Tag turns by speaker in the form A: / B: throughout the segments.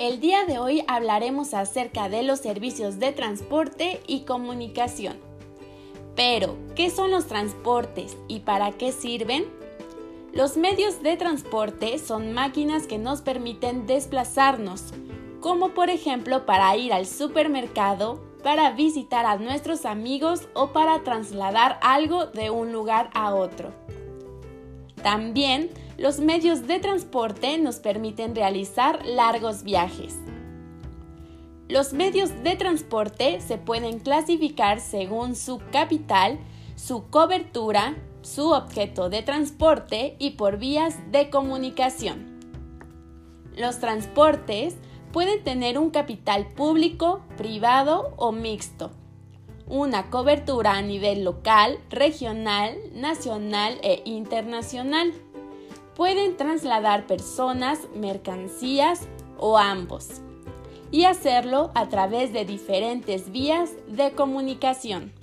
A: El día de hoy hablaremos acerca de los servicios de transporte y comunicación. Pero, ¿qué son los transportes y para qué sirven? Los medios de transporte son máquinas que nos permiten desplazarnos, como por ejemplo para ir al supermercado, para visitar a nuestros amigos o para trasladar algo de un lugar a otro. También, los medios de transporte nos permiten realizar largos viajes. Los medios de transporte se pueden clasificar según su capital, su cobertura, su objeto de transporte y por vías de comunicación. Los transportes pueden tener un capital público, privado o mixto, una cobertura a nivel local, regional, nacional e internacional. Pueden trasladar personas, mercancías o ambos, y hacerlo a través de diferentes vías de comunicación.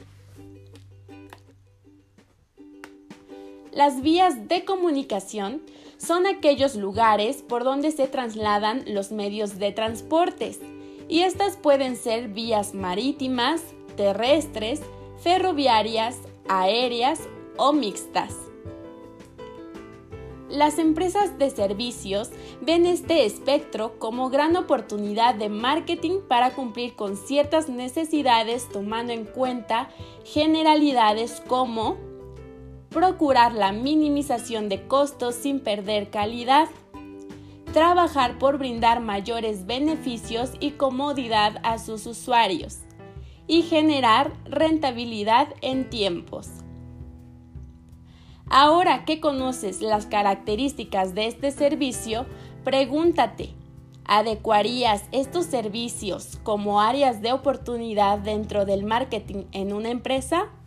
A: Las vías de comunicación son aquellos lugares por donde se trasladan los medios de transportes, y estas pueden ser vías marítimas, terrestres, ferroviarias, aéreas o mixtas. Las empresas de servicios ven este espectro como gran oportunidad de marketing para cumplir con ciertas necesidades, tomando en cuenta generalidades como procurar la minimización de costos sin perder calidad, trabajar por brindar mayores beneficios y comodidad a sus usuarios y generar rentabilidad en tiempos. Ahora que conoces las características de este servicio, pregúntate, ¿adecuarías estos servicios como áreas de oportunidad dentro del marketing en una empresa?